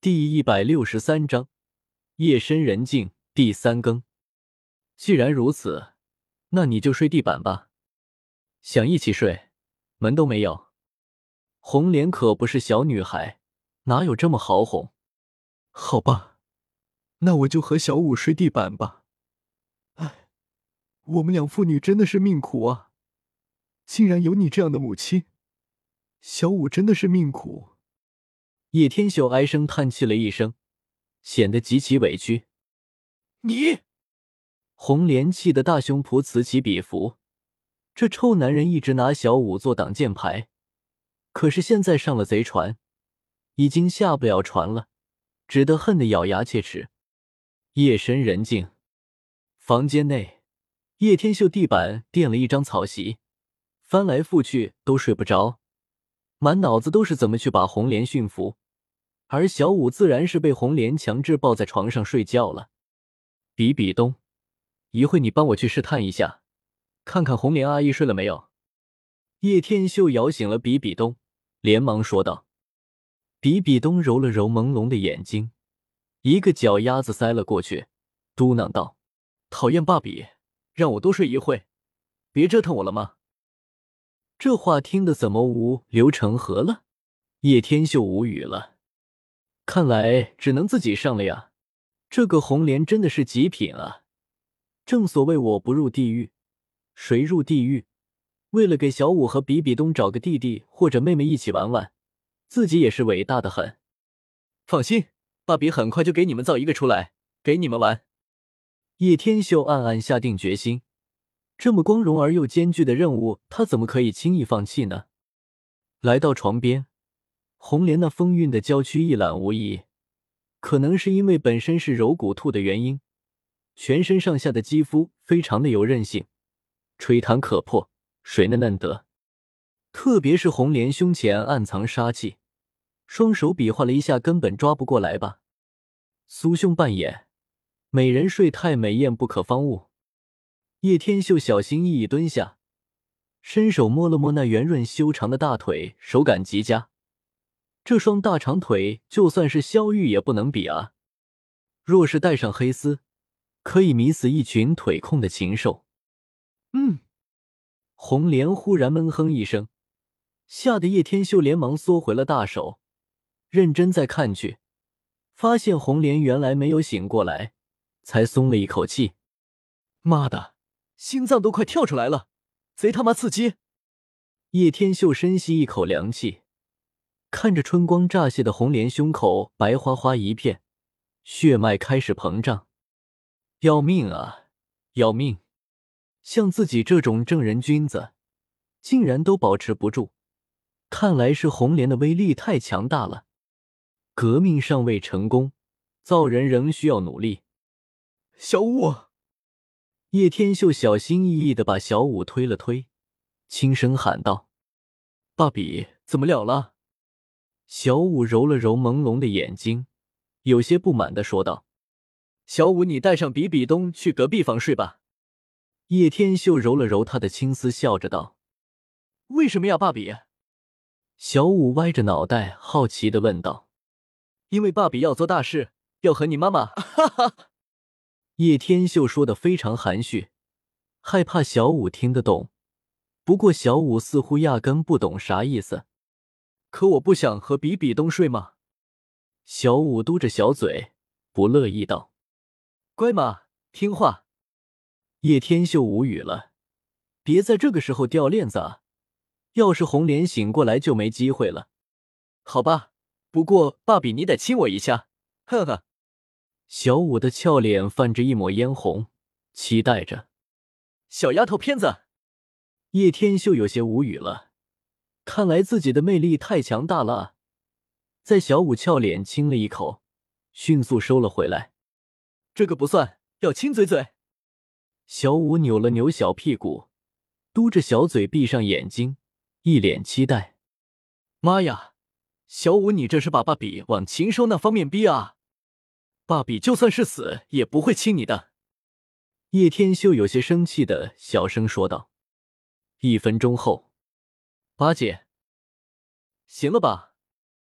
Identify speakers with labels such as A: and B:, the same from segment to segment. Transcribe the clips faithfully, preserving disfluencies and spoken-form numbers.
A: 第一百六十三章夜深人静第三更。既然如此，那你就睡地板吧。想一起睡，门都没有。红莲可不是小女孩，哪有这么好哄？
B: 好吧，那我就和小五睡地板吧。唉，我们两父女真的是命苦啊，竟然有你这样的母亲。小五真的是命苦。
A: 叶天秀唉声叹气了一声，显得极其委屈。
B: 你！
A: 红莲气得大胸脯此起彼伏，这臭男人一直拿小五做挡箭牌，可是现在上了贼船，已经下不了船了，只得恨得咬牙切齿。夜深人静，房间内，叶天秀地板垫了一张草席，翻来覆去都睡不着，满脑子都是怎么去把红莲驯服，而小五自然是被红莲强制抱在床上睡觉了。比比东，一会你帮我去试探一下，看看红莲阿姨睡了没有。叶天秀摇醒了比比东，连忙说道。比比东揉了揉朦胧的眼睛，一个脚丫子塞了过去，嘟囔道：讨厌爸比，让我多睡一会，别折腾我了吗？这话听得怎么无流成河了？叶天秀无语了，看来只能自己上了呀。这个红莲真的是极品啊！正所谓我不入地狱，谁入地狱？为了给小五和比比东找个弟弟或者妹妹一起玩玩，自己也是伟大的很。放心，爸比很快就给你们造一个出来，给你们玩。叶天秀暗暗下定决心，这么光荣而又艰巨的任务，他怎么可以轻易放弃呢？来到床边，红莲那丰韵的娇躯一览无遗，可能是因为本身是柔骨兔的原因，全身上下的肌肤非常的有韧性，吹弹可破，水嫩嫩得。特别是红莲胸前暗藏杀气，双手比划了一下，根本抓不过来吧。酥胸半掩，美人睡态美艳不可方物。叶天秀小心翼翼蹲下，伸手摸了摸那圆润修长的大腿，手感极佳。这双大长腿就算是萧玉也不能比啊！若是带上黑丝，可以迷死一群腿控的禽兽。嗯，红莲忽然闷哼一声，吓得叶天秀连忙缩回了大手，认真再看去，发现红莲原来没有醒过来，才松了一口气。妈的，心脏都快跳出来了，贼他妈刺激！叶天秀深吸一口凉气，看着春光乍泄的红莲胸口白花花一片，血脉开始膨胀。要命啊，要命！像自己这种正人君子，竟然都保持不住，看来是红莲的威力太强大了。革命尚未成功，造人仍需要努力。
B: 小五，
A: 叶天秀小心翼翼地把小五推了推，轻声喊道：爸比，怎么了了？小五揉了揉朦胧的眼睛，有些不满地说道：小五，你带上比比东去隔壁房睡吧。叶天秀揉了揉他的青丝，笑着道：为什么呀，爸比？小五歪着脑袋好奇地问道：因为爸比要做大事，要和你妈妈哈哈。叶天秀说得非常含蓄，害怕小五听得懂，不过小五似乎压根不懂啥意思。可我不想和比比东睡吗？小五嘟着小嘴，不乐意道：乖嘛，听话。叶天秀无语了，别在这个时候掉链子啊，要是红莲醒过来就没机会了。好吧，不过爸比你得亲我一下，呵呵。小五的俏脸泛着一抹嫣红，期待着。小丫头片子！叶天秀有些无语了，看来自己的魅力太强大了啊。在小五俏脸亲了一口，迅速收了回来。这个不算，要亲嘴嘴。小五扭了扭小屁股，嘟着小嘴闭上眼睛，一脸期待。妈呀，小五你这是把爸比往禽兽那方面逼啊！爸比就算是死也不会亲你的。叶天秀有些生气的小声说道。一分钟后，八姐，行了吧？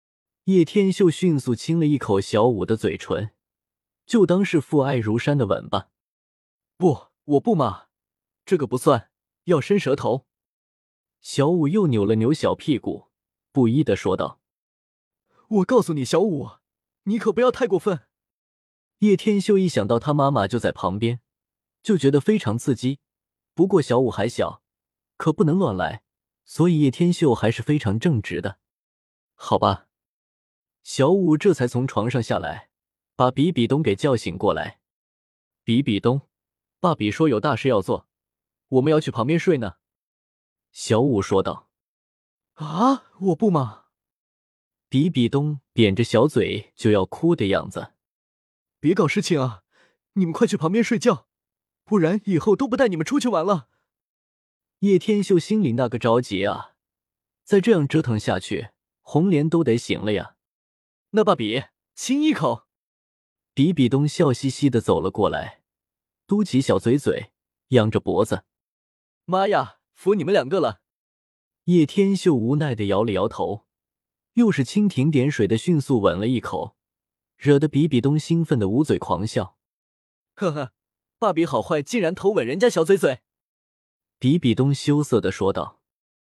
A: 叶天秀迅速亲了一口小舞的嘴唇，就当是父爱如山的吻吧。
B: 不，我不嘛，这个不算，要伸舌头。
A: 小舞又扭了扭小屁股，不依地说道：
B: 我告诉你，小舞，你可不要太过分。
A: 叶天秀一想到他妈妈就在旁边，就觉得非常刺激。不过小舞还小，可不能乱来，所以叶天秀还是非常正直的。好吧。小舞这才从床上下来，把比比东给叫醒过来。比比东，爸比说有大事要做，我们要去旁边睡呢。小舞说道。
B: 啊，我不嘛。
A: 比比东扁着小嘴就要哭的样子。
B: 别搞事情啊，你们快去旁边睡觉，不然以后都不带你们出去玩了。
A: 叶天秀心里那个着急啊，再这样折腾下去，红莲都得醒了呀。
B: 那爸比，亲一口。
A: 比比东笑嘻嘻的走了过来，嘟起小嘴嘴，仰着脖子。
B: 妈呀，服你们两个了。
A: 叶天秀无奈的摇了摇头，又是蜻蜓点水的迅速吻了一口，惹得比比东兴奋的捂嘴狂笑。
B: 呵呵，爸比好坏，竟然偷吻人家小嘴嘴。
A: 比比东羞涩的说道。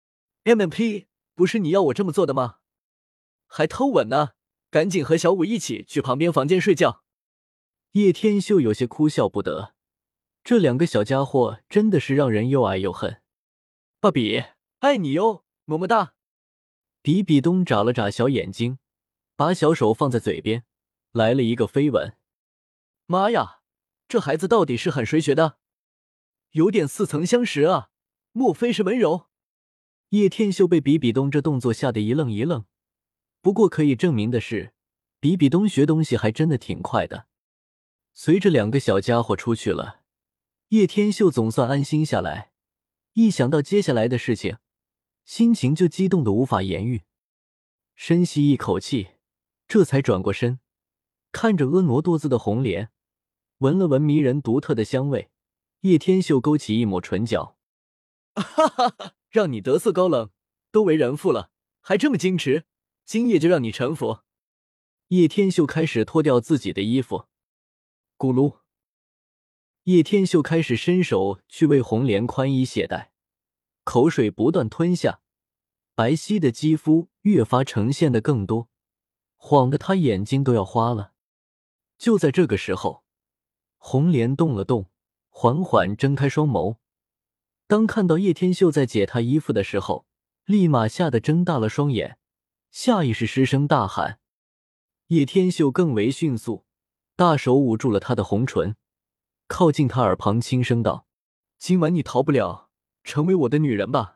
B: M M P， 不是你要我这么做的吗？还偷吻呢，赶紧和小舞一起去旁边房间睡觉。
A: 叶天秀有些哭笑不得，这两个小家伙真的是让人又爱又恨。
B: 爸比，爱你哟，么么哒。
A: 比比东眨了眨小眼睛，把小手放在嘴边，来了一个飞吻。
B: 妈呀，这孩子到底是喊谁学的？有点似曾相识啊，莫非是温柔？
A: 叶天秀被比比东这动作吓得一愣一愣，不过可以证明的是，比比东学东西还真的挺快的。随着两个小家伙出去了，叶天秀总算安心下来，一想到接下来的事情，心情就激动得无法言喻。深吸一口气，这才转过身，看着婀娜多姿的红莲，闻了闻迷人独特的香味，叶天秀勾起一抹唇角。
B: 哈哈哈，让你得色高冷，都为人妇了，还这么矜持，今夜就让你臣服。
A: 叶天秀开始脱掉自己的衣服，咕噜。叶天秀开始伸手去为红莲宽衣解带，口水不断吞下，白皙的肌肤越发呈现得更多，晃得他眼睛都要花了。就在这个时候，红莲动了动，缓缓睁开双眸，当看到叶天秀在解他衣服的时候，立马吓得睁大了双眼，下意识失声大喊。叶天秀更为迅速，大手捂住了他的红唇，靠近他耳旁轻声道：
B: 今晚你逃不了，成为我的女人吧。